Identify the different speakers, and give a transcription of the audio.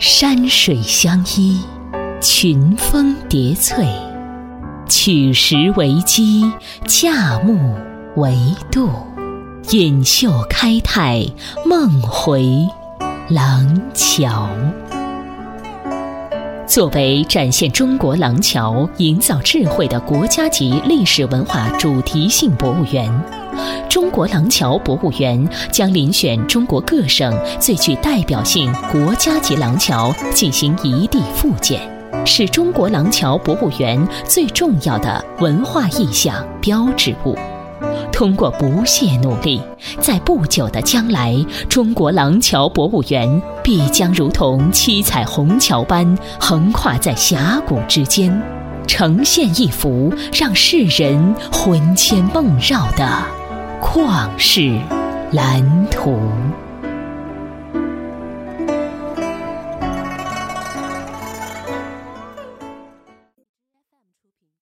Speaker 1: 山水相依，群峰叠翠，取石为基，架木为度，隐秀开泰，梦回廊桥。作为展现中国廊桥、营造智慧的国家级历史文化主题性博物园，中国廊桥博物园将遴选中国各省最具代表性国家级廊桥进行移地复建，是中国廊桥博物园最重要的文化意象标志物。通过不懈努力，在不久的将来，中国廊桥博物园必将如同七彩虹桥般横跨在峡谷之间，呈现一幅让世人魂牵梦绕的旷世蓝图。